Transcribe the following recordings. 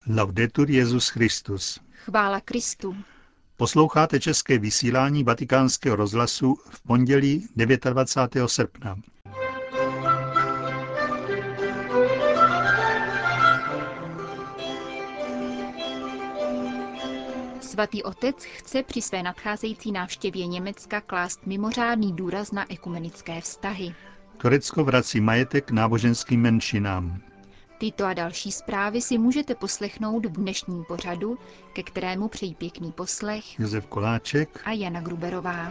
Laudetur Jesus Christus. Chvála Kristu. Posloucháte české vysílání Vatikánského rozhlasu v pondělí 29. srpna. Svatý otec chce při své nadcházející návštěvě Německa klást mimořádný důraz na ekumenické vztahy. Turecko vrací majetek náboženským menšinám. Tyto a další zprávy si můžete poslechnout v dnešním pořadu, ke kterému přejí pěkný poslech Josef Koláček a Jana Gruberová.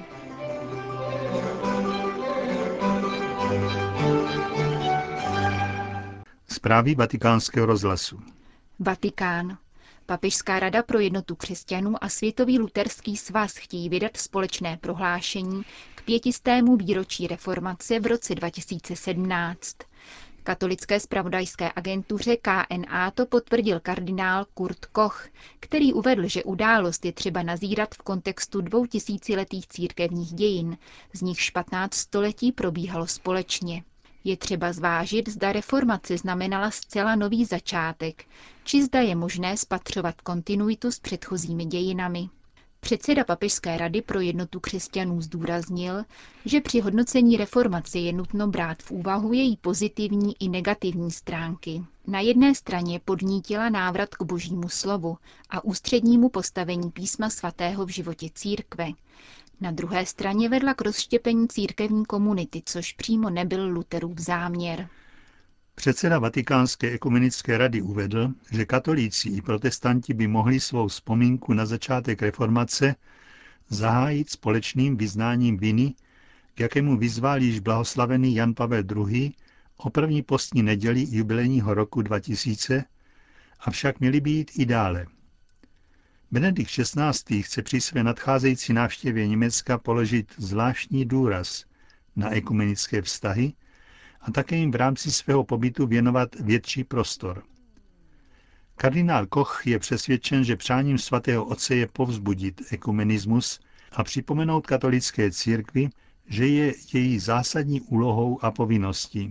Zprávy Vatikánského rozhlasu. Vatikán. Papežská rada pro jednotu křesťanů a Světový luterský svaz chtějí vydat společné prohlášení k 500. výročí reformace v roce 2017. Katolické zpravodajské agentuře KNA to potvrdil kardinál Kurt Koch, který uvedl, že událost je třeba nazírat v kontextu 2000letých církevních dějin, z nichž 15 století probíhalo společně. Je třeba zvážit, zda reformace znamenala zcela nový začátek, či zda je možné spatřovat kontinuitu s předchozími dějinami. Předseda Papežské rady pro jednotu křesťanů zdůraznil, že při hodnocení reformace je nutno brát v úvahu její pozitivní i negativní stránky. Na jedné straně podnítila návrat k Božímu slovu a ústřednímu postavení písma svatého v životě církve. Na druhé straně vedla k rozštěpení církevní komunity, což přímo nebyl Lutherův záměr. Předseda Vatikánské ekumenické rady uvedl, že katolíci i protestanti by mohli svou vzpomínku na začátek reformace zahájit společným vyznáním viny, k jakému vyzval již blahoslavený Jan Pavel II. O první postní neděli jubilejního roku 2000, avšak měli být i dále. Benedikt XVI. Chce při své nadcházející návštěvě Německa položit zvláštní důraz na ekumenické vztahy a také jim v rámci svého pobytu věnovat větší prostor. Kardinál Koch je přesvědčen, že přáním svatého otce je povzbudit ekumenismus a připomenout katolické církvi, že je její zásadní úlohou a povinností.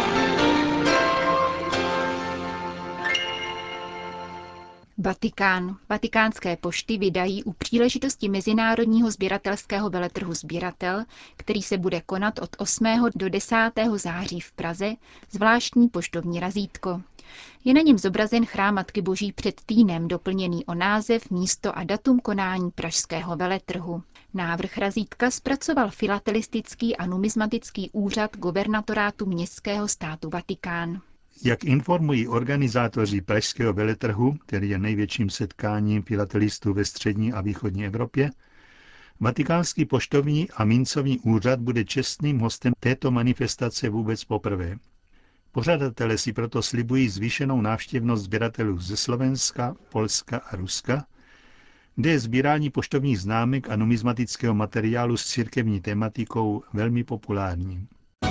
Vatikán. Vatikánské pošty vydají u příležitosti Mezinárodního sběratelského veletrhu Sběratel, který se bude konat od 8. do 10. září v Praze, zvláštní poštovní razítko. Je na něm zobrazen chrám Matky Boží před týdnem, doplněný o název, místo a datum konání pražského veletrhu. Návrh razítka zpracoval filatelistický a numizmatický úřad guvernatorátu městského státu Vatikán. Jak informují organizátoři pražského veletrhu, který je největším setkáním filatelistů ve střední a východní Evropě, Vatikánský poštovní a mincovní úřad bude čestným hostem této manifestace vůbec poprvé. Pořadatelé si proto slibují zvýšenou návštěvnost sběratelů ze Slovenska, Polska a Ruska, kde je sbírání poštovních známek a numizmatického materiálu s církevní tematikou velmi populární.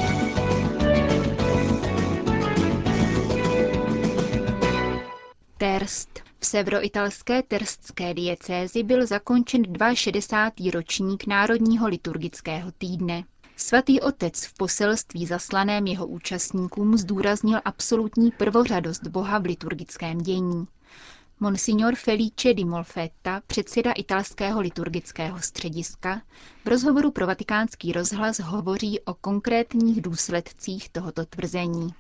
Terst. V severoitalské terstské diecézi byl zakončen 62. ročník Národního liturgického týdne. Svatý otec v poselství zaslaném jeho účastníkům zdůraznil absolutní prvořadost Boha v liturgickém dění. Monsignor Felice Di Molfetta, předseda italského liturgického střediska, v rozhovoru pro Vatikánský rozhlas hovoří o konkrétních důsledcích tohoto tvrzení.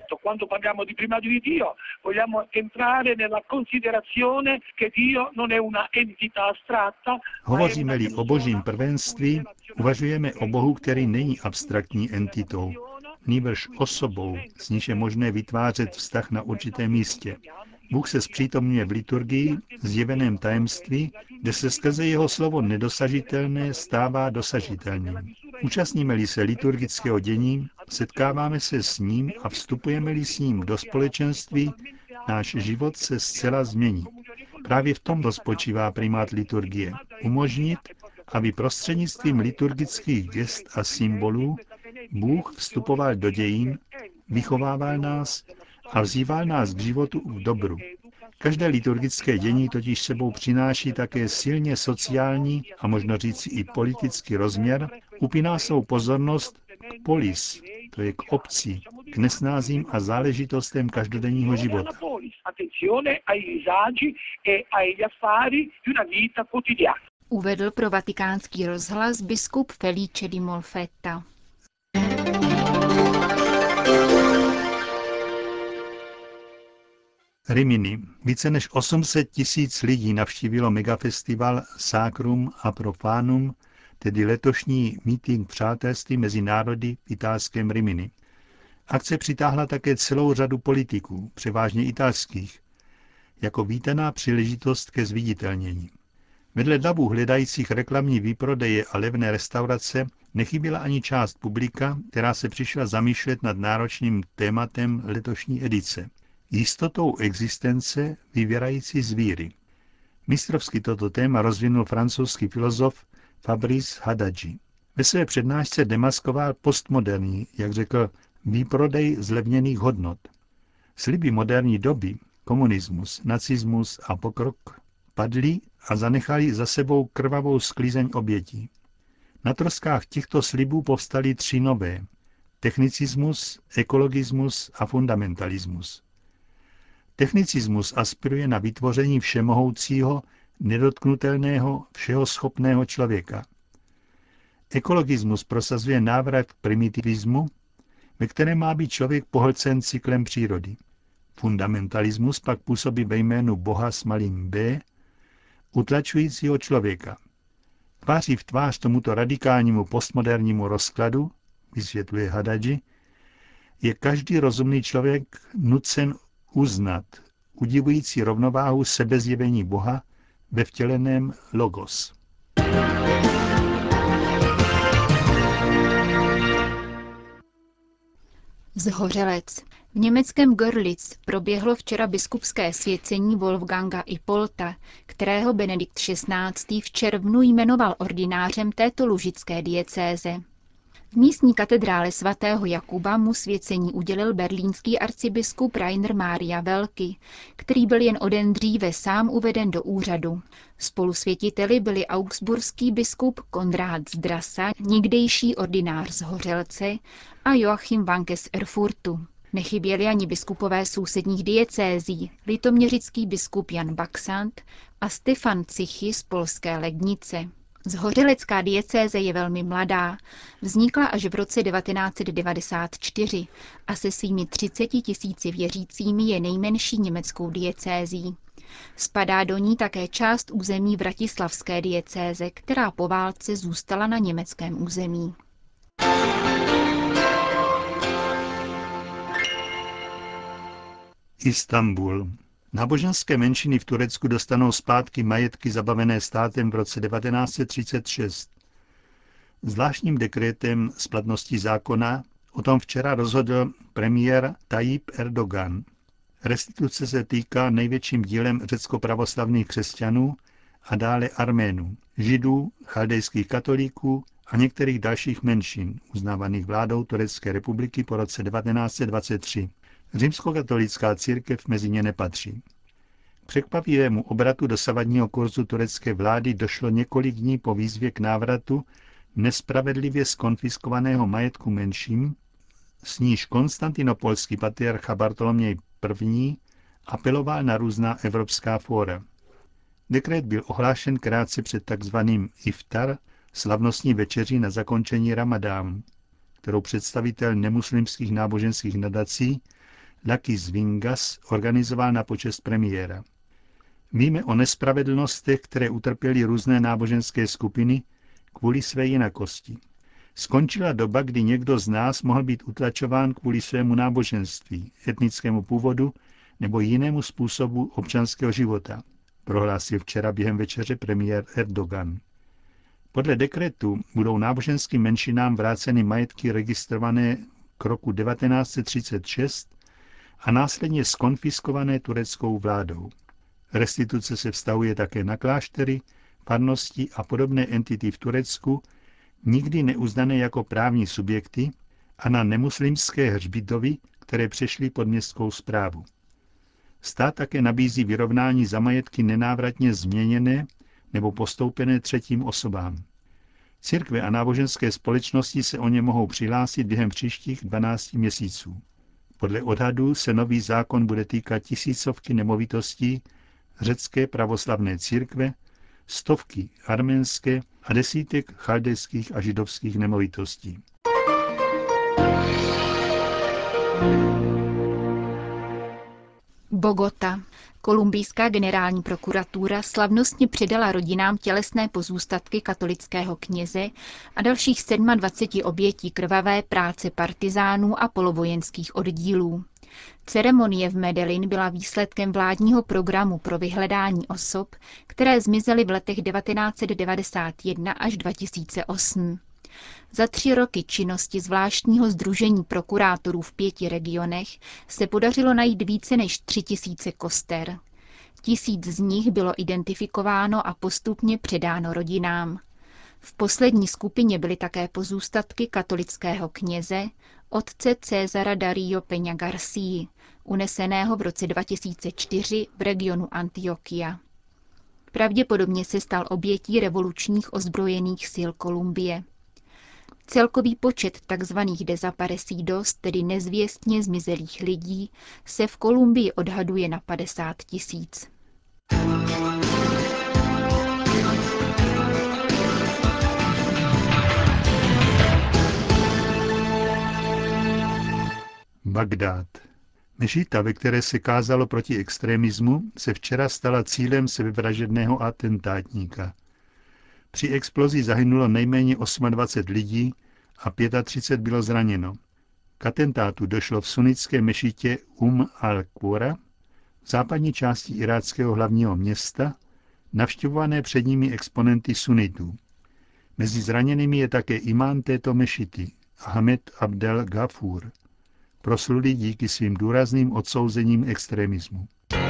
Hovoříme-li o božím prvenství, uvažujeme o Bohu, který není abstraktní entitou, nýbrž osobou, s níž je možné vytvářet vztah na určitém místě. Bůh se zpřítomňuje v liturgii, zjeveném tajemství, kde se skrze jeho slovo nedosažitelné stává dosažitelným. Účastníme-li se liturgického dění, setkáváme se s ním a vstupujeme-li s ním do společenství, náš život se zcela změní. Právě v tomto spočívá primát liturgie. Umožnit, aby prostřednictvím liturgických gest a symbolů Bůh vstupoval do dějin, vychovával nás a vzýval nás k životu v dobru. Každé liturgické dění totiž sebou přináší také silně sociální a možno říci i politický rozměr, upíná svou pozornost k polis, to je k obci, k nesnázím a záležitostem každodenního života. Uvedl pro Vatikánský rozhlas biskup Felice di Molfetta. Rimini. Více než 800 000 lidí navštívilo megafestival Sacrum a Profanum, tedy letošní mítink přátelství mezi národy v italském Rimini. Akce přitáhla také celou řadu politiků, převážně italských, jako vítaná příležitost ke zviditelnění. Vedle davů hledajících reklamní výprodeje a levné restaurace nechyběla ani část publika, která se přišla zamýšlet nad náročným tématem letošní edice. Jistotou existence vyvěrající z víry. Mistrovsky toto téma rozvinul francouzský filozof Fabrice Hadadži. Ve své přednášce demaskoval postmoderní, jak řekl, výprodej zlevněných hodnot. Sliby moderní doby, komunismus, nacismus a pokrok, padly a zanechali za sebou krvavou sklizeň obětí. Na troskách těchto slibů povstaly 3 nové: technicismus, ekologismus a fundamentalismus. Technicismus aspiruje na vytvoření všemohoucího, nedotknutelného, všehoschopného člověka. Ekologismus prosazuje návrat k primitivismu, ve kterém má být člověk pohlcen cyklem přírody. Fundamentalismus pak působí ve jménu Boha s malým b, utlačujícího člověka. Tváří v tvář tomuto radikálnímu postmodernímu rozkladu, vysvětluje Hadadži, je každý rozumný člověk nucen uznat udivující rovnováhu sebezjevení Boha ve vtěleném logos. Zhořelec. V německém Görlitz proběhlo včera biskupské svěcení Wolfganga Ipolta, kterého Benedikt XVI. V červnu jmenoval ordinářem této lužické diecéze. V místní katedrále svatého Jakuba mu svěcení udělil berlínský arcibiskup Rainer Maria Welki, který byl jen o den dříve sám uveden do úřadu. Spolusvětiteli byli augsburský biskup Konrád z Drasa, někdejší ordinář z Hořelce, a Joachim Wanke z Erfurtu. Nechyběli ani biskupové sousedních diecézí, litoměřický biskup Jan Baxant a Stefan Cichy z polské Lednice. Zhořelecká diecéze je velmi mladá. Vznikla až v roce 1994 a se svými 30 000 věřícími je nejmenší německou diecézí. Spadá do ní také část území vratislavské diecéze, která po válce zůstala na německém území. Istanbul. Náboženské menšiny v Turecku dostanou zpátky majetky zabavené státem v roce 1936. Zvláštním dekretem s platností zákona o tom včera rozhodl premiér Tayyip Erdogan. Restituce se týká největším dílem řecko-pravoslavných křesťanů a dále Arménů, Židů, chaldejských katolíků a některých dalších menšin, uznávaných vládou Turecké republiky po roce 1923. Římskokatolická církev mezi ně nepatří. K překvapivému obratu dosavadního kurzu turecké vlády došlo několik dní po výzvě k návratu nespravedlivě zkonfiskovaného majetku menším, s níž konstantinopolský patriarcha Bartoloměj I. apeloval na různá evropská fóra. Dekret byl ohlášen krátce před takzvaným iftar, slavnostní večeří na zakončení Ramadánu, kterou představitel nemuslimských náboženských nadací Lakis Vingas organizoval na počest premiéra. Víme o nespravedlnostech, které utrpěly různé náboženské skupiny kvůli své jinakosti. Skončila doba, kdy někdo z nás mohl být utlačován kvůli svému náboženství, etnickému původu nebo jinému způsobu občanského života, prohlásil včera během večeře premiér Erdogan. Podle dekretu budou náboženským menšinám vráceny majetky registrované k roku 1936 a následně zkonfiskované tureckou vládou. Restituce se vztahuje také na kláštery, farnosti a podobné entity v Turecku, nikdy neuznané jako právní subjekty, a na nemuslimské hřbitovy, které přešly pod městskou správu. Stát také nabízí vyrovnání za majetky nenávratně změněné nebo postoupené třetím osobám. Církve a náboženské společnosti se o ně mohou přihlásit během příštích 12 měsíců. Podle odhadů se nový zákon bude týkat tisícovky nemovitostí řecké pravoslavné církve, stovky arménské a desítek chaldejských a židovských nemovitostí. Bogota. Kolumbijská generální prokuratura slavnostně předala rodinám tělesné pozůstatky katolického kněze a dalších 27 obětí krvavé práce partyzánů a polovojenských oddílů. Ceremonie v Medellín byla výsledkem vládního programu pro vyhledání osob, které zmizely v letech 1991 až 2008. Za 3 roky činnosti zvláštního sdružení prokurátorů v 5 regionech se podařilo najít více než 3000 koster. 1000 z nich bylo identifikováno a postupně předáno rodinám. V poslední skupině byly také pozůstatky katolického kněze, otce Césara Darío Peña García, uneseného v roce 2004 v regionu Antioquia. Pravděpodobně se stal obětí revolučních ozbrojených sil Kolumbie. Celkový počet tzv. Desaparecidos, tedy nezvěstně zmizelých lidí, se v Kolumbii odhaduje na 50 000. Bagdád. Mešita, ve které se kázalo proti extremismu, se včera stala cílem sebevražedného atentátníka. Při explozi zahynulo nejméně 28 lidí a 35 bylo zraněno. K atentátu došlo v sunnické mešitě al-Qura, v západní části iráckého hlavního města, navštěvované předními exponenty sunitů. Mezi zraněnými je také imám této mešity, Ahmed Abdel Gafur, proslulý díky svým důrazným odsouzením extremismu.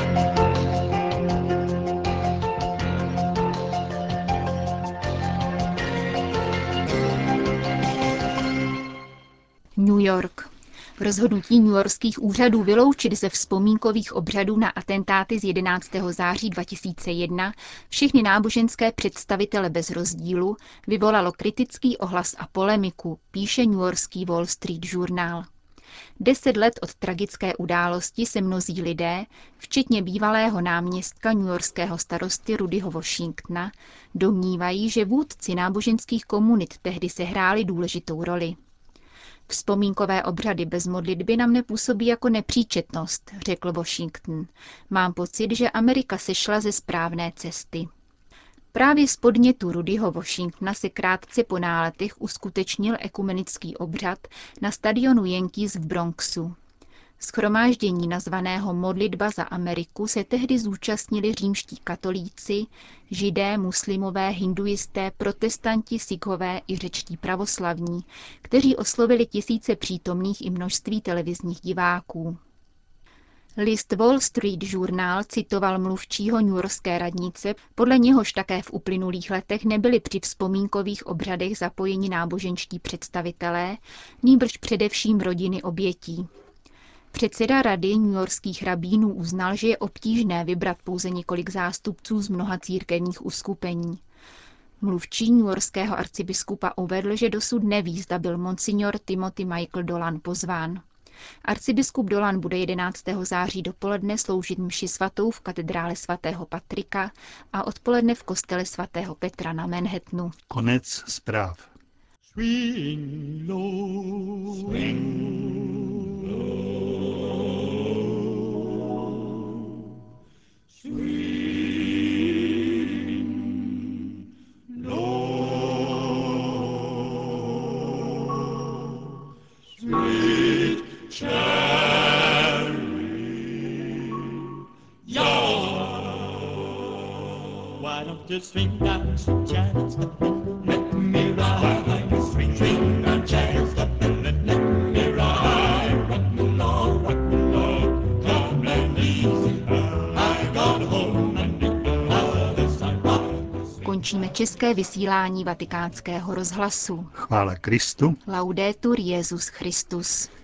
New York. Rozhodnutí newyorských úřadů vyloučit ze vzpomínkových obřadů na atentáty z 11. září 2001 všechny náboženské představitele bez rozdílu vyvolalo kritický ohlas a polemiku, píše newyorský Wall Street Journal. 10 let od tragické události se mnozí lidé, včetně bývalého náměstka newyorského starosty Rudyho Washingtona, domnívají, že vůdci náboženských komunit tehdy sehráli důležitou roli. Vzpomínkové obřady bez modlitby na mne působí jako nepříčetnost, řekl Washington. Mám pocit, že Amerika sešla ze správné cesty. Právě z podnětu Rudyho Washingtona se krátce po náletech uskutečnil ekumenický obřad na stadionu Yankees v Bronxu. Shromáždění nazvaného Modlitba za Ameriku se tehdy zúčastnili římští katolíci, židé, muslimové, hinduisté, protestanti, sikhové i řečtí pravoslavní, kteří oslovili tisíce přítomných i množství televizních diváků. List Wall Street Journal citoval mluvčího newyorské radnice, podle něhož také v uplynulých letech nebyli při vzpomínkových obřadech zapojeni náboženští představitelé, nýbrž především rodiny obětí. Předseda rady newyorských rabínů uznal, že je obtížné vybrat pouze několik zástupců z mnoha církevních uskupení. Mluvčí newyorského arcibiskupa uvedl, že dosud neví, zda byl monsignor Timothy Michael Dolan pozván. Arcibiskup Dolan bude 11. září dopoledne sloužit mši svatou v katedrále svatého Patrika a odpoledne v kostele svatého Petra na Manhattanu. Konec zpráv. Swing low, swing just swing down, swing down, step in, let me ride. Swing, swing down, step in, let me ride. Rock me Lord, come and easy. I got home and the other side. Končíme české vysílání Vatikánského rozhlasu. Chvála Kristu. Laudetur Jesus Christus.